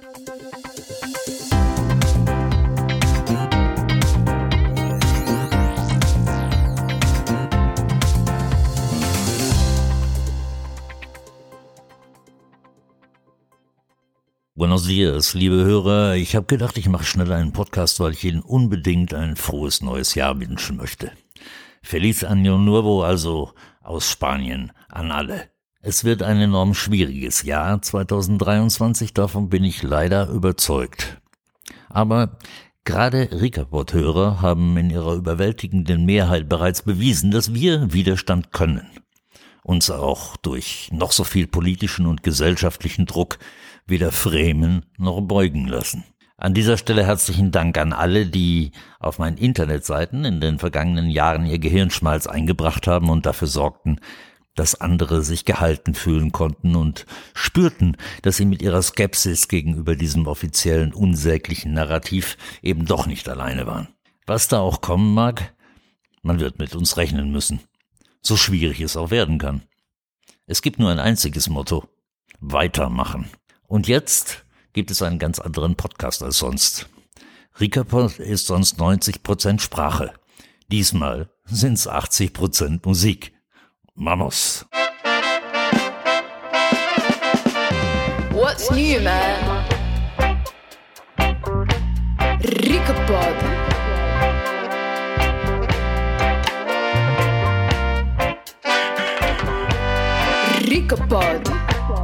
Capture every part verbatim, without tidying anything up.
Buenos dias, liebe Hörer. Ich habe gedacht, ich mache schnell einen Podcast, weil ich Ihnen unbedingt ein frohes neues Jahr wünschen möchte. Feliz Año Nuevo also aus Spanien an alle. Es wird ein enorm schwieriges Jahr zweitausenddreiundzwanzig, davon bin ich leider überzeugt. Aber gerade Ricapod-Hörer haben in ihrer überwältigenden Mehrheit bereits bewiesen, dass wir Widerstand können. Uns auch durch noch so viel politischen und gesellschaftlichen Druck weder fremen noch beugen lassen. An dieser Stelle herzlichen Dank an alle, die auf meinen Internetseiten in den vergangenen Jahren ihr Gehirnschmalz eingebracht haben und dafür sorgten, dass andere sich gehalten fühlen konnten und spürten, dass sie mit ihrer Skepsis gegenüber diesem offiziellen, unsäglichen Narrativ eben doch nicht alleine waren. Was da auch kommen mag, man wird mit uns rechnen müssen. So schwierig es auch werden kann. Es gibt nur ein einziges Motto: weitermachen. Und jetzt gibt es einen ganz anderen Podcast als sonst. Ricapod ist sonst neunzig Prozent Sprache. Diesmal sind's achtzig Prozent Musik. Vamos! What's new, man? Ricapod. Ricapod.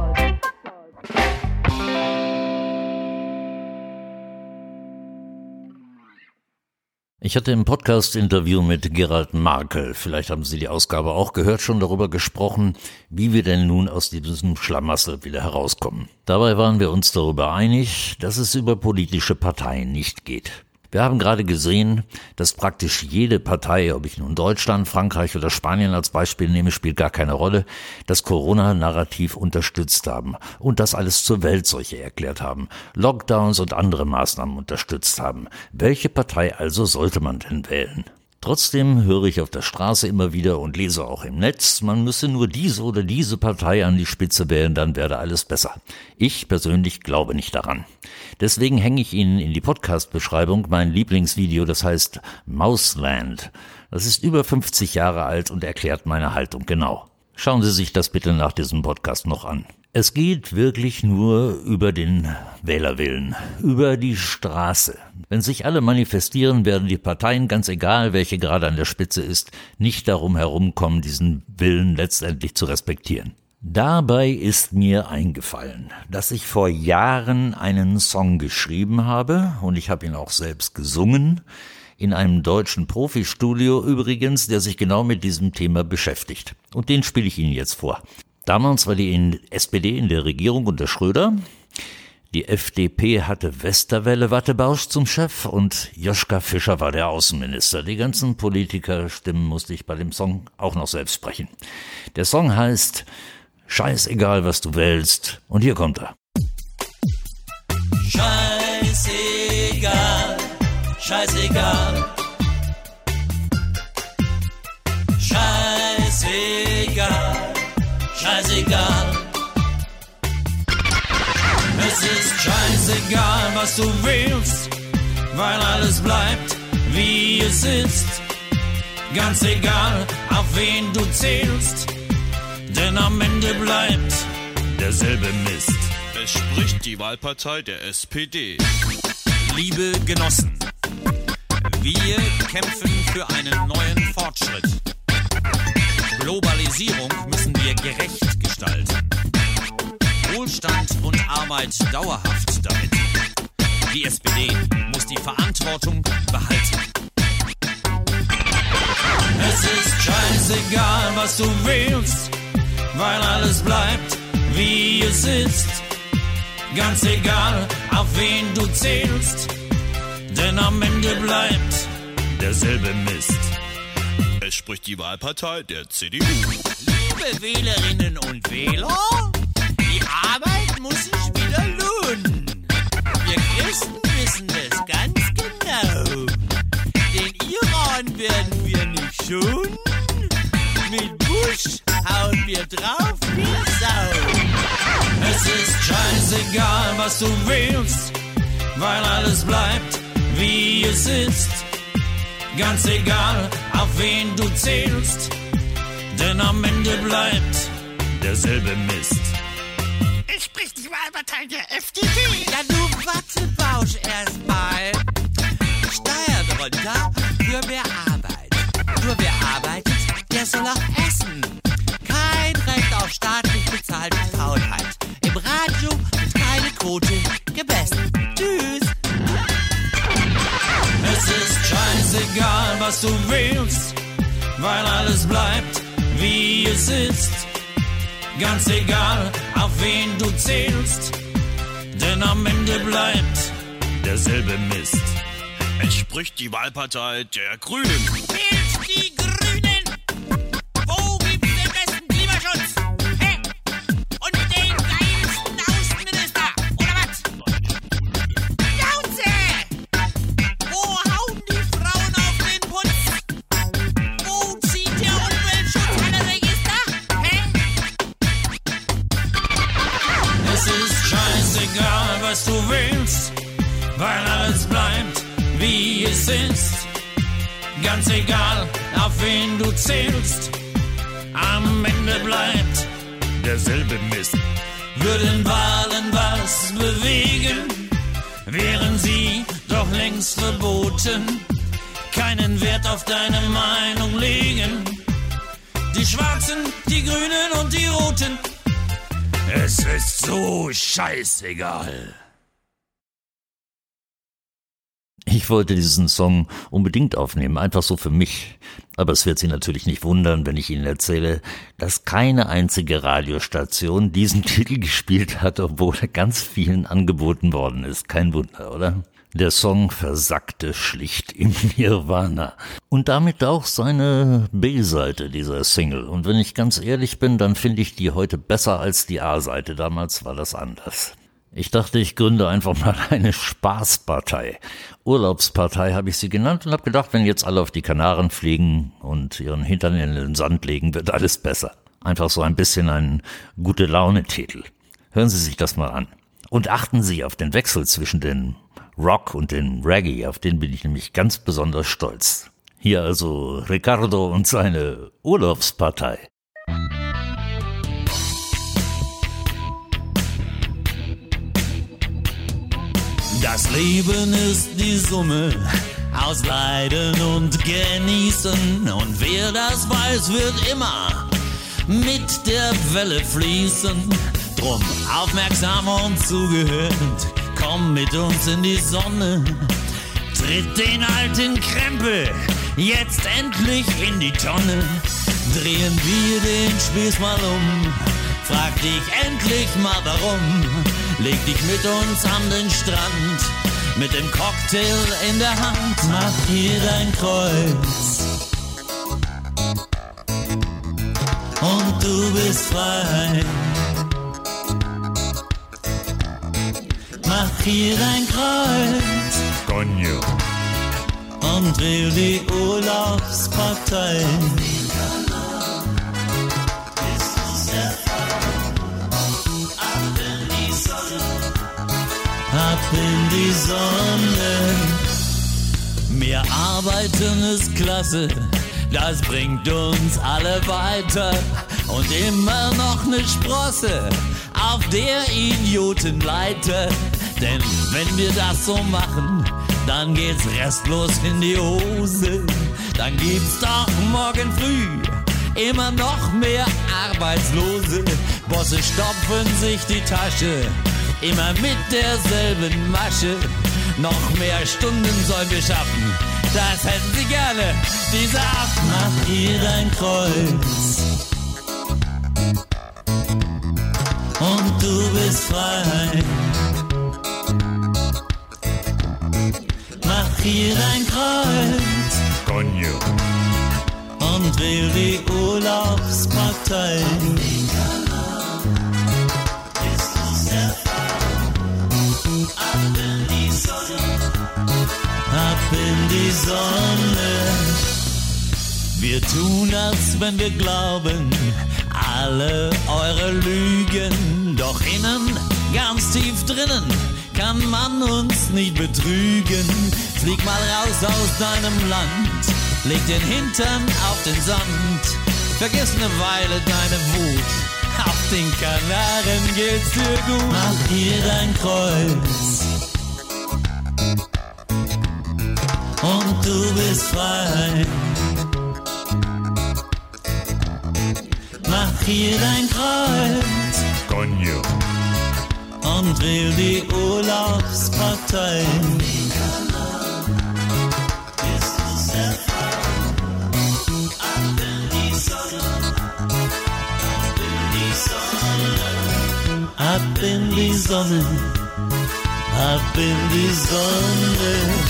Ich hatte im Podcast-Interview mit Gerald Markel, vielleicht haben Sie die Ausgabe auch gehört, schon darüber gesprochen, wie wir denn nun aus diesem Schlamassel wieder herauskommen. Dabei waren wir uns darüber einig, dass es über politische Parteien nicht geht. Wir haben gerade gesehen, dass praktisch jede Partei, ob ich nun Deutschland, Frankreich oder Spanien als Beispiel nehme, spielt gar keine Rolle, das Corona-Narrativ unterstützt haben und das alles zur Weltseuche erklärt haben, Lockdowns und andere Maßnahmen unterstützt haben. Welche Partei also sollte man denn wählen? Trotzdem höre ich auf der Straße immer wieder und lese auch im Netz, man müsse nur diese oder diese Partei an die Spitze wählen, dann werde alles besser. Ich persönlich glaube nicht daran. Deswegen hänge ich Ihnen in die Podcast-Beschreibung mein Lieblingsvideo, das heißt Mausland. Das ist über fünfzig Jahre alt und erklärt meine Haltung genau. Schauen Sie sich das bitte nach diesem Podcast noch an. Es geht wirklich nur über den Wählerwillen, über die Straße. Wenn sich alle manifestieren, werden die Parteien, ganz egal welche gerade an der Spitze ist, nicht darum herumkommen, diesen Willen letztendlich zu respektieren. Dabei ist mir eingefallen, dass ich vor Jahren einen Song geschrieben habe und ich habe ihn auch selbst gesungen, in einem deutschen Profistudio übrigens, der sich genau mit diesem Thema beschäftigt. Und den spiele ich Ihnen jetzt vor. Damals war die S P D in der Regierung unter Schröder. Die F D P hatte Westerwelle Wattebausch zum Chef und Joschka Fischer war der Außenminister. Die ganzen Politikerstimmen musste ich bei dem Song auch noch selbst sprechen. Der Song heißt Scheißegal, was du wählst. Und hier kommt er. Scheißegal, scheißegal. Scheißegal, scheißegal. Es ist scheißegal, was du willst, weil alles bleibt, wie es ist. Ganz egal, auf wen du zählst, denn am Ende bleibt derselbe Mist. Es spricht die Wahlpartei der S P D. Liebe Genossen, wir kämpfen für einen neuen Fortschritt. Globalisierung müssen wir gerecht gestalten. Wohlstand und Arbeit dauerhaft damit. Die S P D muss die Verantwortung behalten. Es ist scheißegal, was du willst, weil alles bleibt, wie es ist. Ganz egal, auf wen du zählst, denn am Ende bleibt derselbe Mist. Es spricht die Wahlpartei der C D U. Liebe Wählerinnen und Wähler, die Arbeit muss sich wieder lohnen. Wir Christen wissen das ganz genau. Den Iran werden wir nicht schonen. Mit Bush hauen wir drauf wie Sau. Es ist scheißegal, was was du willst, weil alles bleibt, wie es ist. Ganz egal, auf wen du zählst, denn am Ende bleibt derselbe Mist. Es spricht die Wahlpartei der F D P. Ja, du Wattebausch erstmal. Steuern runter für wer arbeitet. Nur wer arbeitet, der soll auch essen. Kein Recht auf staatlich bezahlte Faulheit. Im Radio wird keine Quote gemessen. Tschüss. Es ist scheißegal, was du willst, weil alles bleibt, wie es ist. Ganz egal, auf wen du zählst, denn am Ende bleibt derselbe Mist. Es spricht die Wahlpartei der Grünen. Wählt die Grünen. Wo gibt's den besten Klimaschutz? Hä? Und den geilsten Außenminister, oder was? Jauze! Wo hauen die Frauen auf den Putz? Wo zieht der Umweltschutz alle Register? Hä? Es ist scheißegal, was du willst, weil alles bleibt, wie es ist. Ganz egal, auf wen du zählst, am Ende bleibt derselbe Mist. Würden Wahlen was bewegen, wären sie doch längst verboten. Keinen Wert auf deine Meinung legen. Die Schwarzen, die Grünen und die Roten. Es ist so scheißegal. Ich wollte diesen Song unbedingt aufnehmen, einfach so für mich. Aber es wird Sie natürlich nicht wundern, wenn ich Ihnen erzähle, dass keine einzige Radiostation diesen Titel gespielt hat, obwohl er ganz vielen angeboten worden ist. Kein Wunder, oder? Der Song versackte schlicht im Nirvana. Und damit auch seine B-Seite dieser Single. Und wenn ich ganz ehrlich bin, dann finde ich die heute besser als die A-Seite. Damals war das anders. Ich dachte, ich gründe einfach mal eine Spaßpartei. Urlaubspartei habe ich sie genannt und habe gedacht, wenn jetzt alle auf die Kanaren fliegen und ihren Hintern in den Sand legen, wird alles besser. Einfach so ein bisschen ein Gute-Laune-Titel. Hören Sie sich das mal an. Und achten Sie auf den Wechsel zwischen den Rock und den Reggae, auf den bin ich nämlich ganz besonders stolz. Hier also Ricardo und seine Urlaubspartei. Das Leben ist die Summe aus Leiden und Genießen. Und wer das weiß, wird immer mit der Welle fließen. Drum aufmerksam und zugehört, komm mit uns in die Sonne. Tritt den alten Krempel jetzt endlich in die Tonne. Drehen wir den Spieß mal um, frag dich endlich mal warum. Leg dich mit uns an den Strand, mit dem Cocktail in der Hand. Mach hier dein Kreuz und du bist frei. Mach hier dein Kreuz, Coño. und wähl die Urlaubspartei. Ab in die Sonne. Mehr arbeiten ist klasse, das bringt uns alle weiter. Und immer noch ne Sprosse auf der Idiotenleiter. Denn wenn wir das so machen, dann geht's restlos in die Hose. Dann gibt's doch morgen früh immer noch mehr Arbeitslose. Bosse stopfen sich die Tasche, immer mit derselben Masche. Noch mehr Stunden sollen wir schaffen, das hätten sie gerne, diese Affen. Mach ihr dein Kreuz und du bist frei. Mach hier dein Kreuz, Coño. und wähl die Urlaubspartei. Ab in die Sonne. Wir tun, als wenn wir glauben, alle eure Lügen. Doch innen ganz tief drinnen kann man uns nicht betrügen. Flieg mal raus aus deinem Land, leg den Hintern auf den Sand, vergiss ne Weile deine Wut, auf den Kanaren geht's dir gut. Mach hier dein Kreuz und du bist frei. Mach hier dein Kreuz, Coño. und wähl die Urlaubspartei. Ab in die Sonne, ab in die Sonne.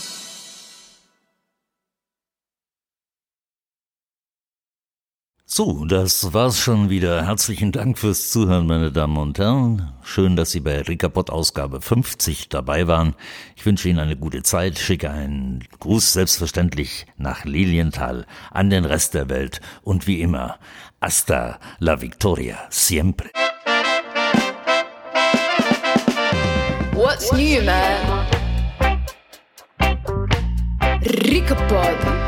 So, das war's schon wieder. Herzlichen Dank fürs Zuhören, meine Damen und Herren. Schön, dass Sie bei Rica-Pod Ausgabe fünfzig dabei waren. Ich wünsche Ihnen eine gute Zeit, schicke einen Gruß selbstverständlich nach Lilienthal an den Rest der Welt und wie immer, hasta la victoria, siempre. What's new, man? Rica-Pod.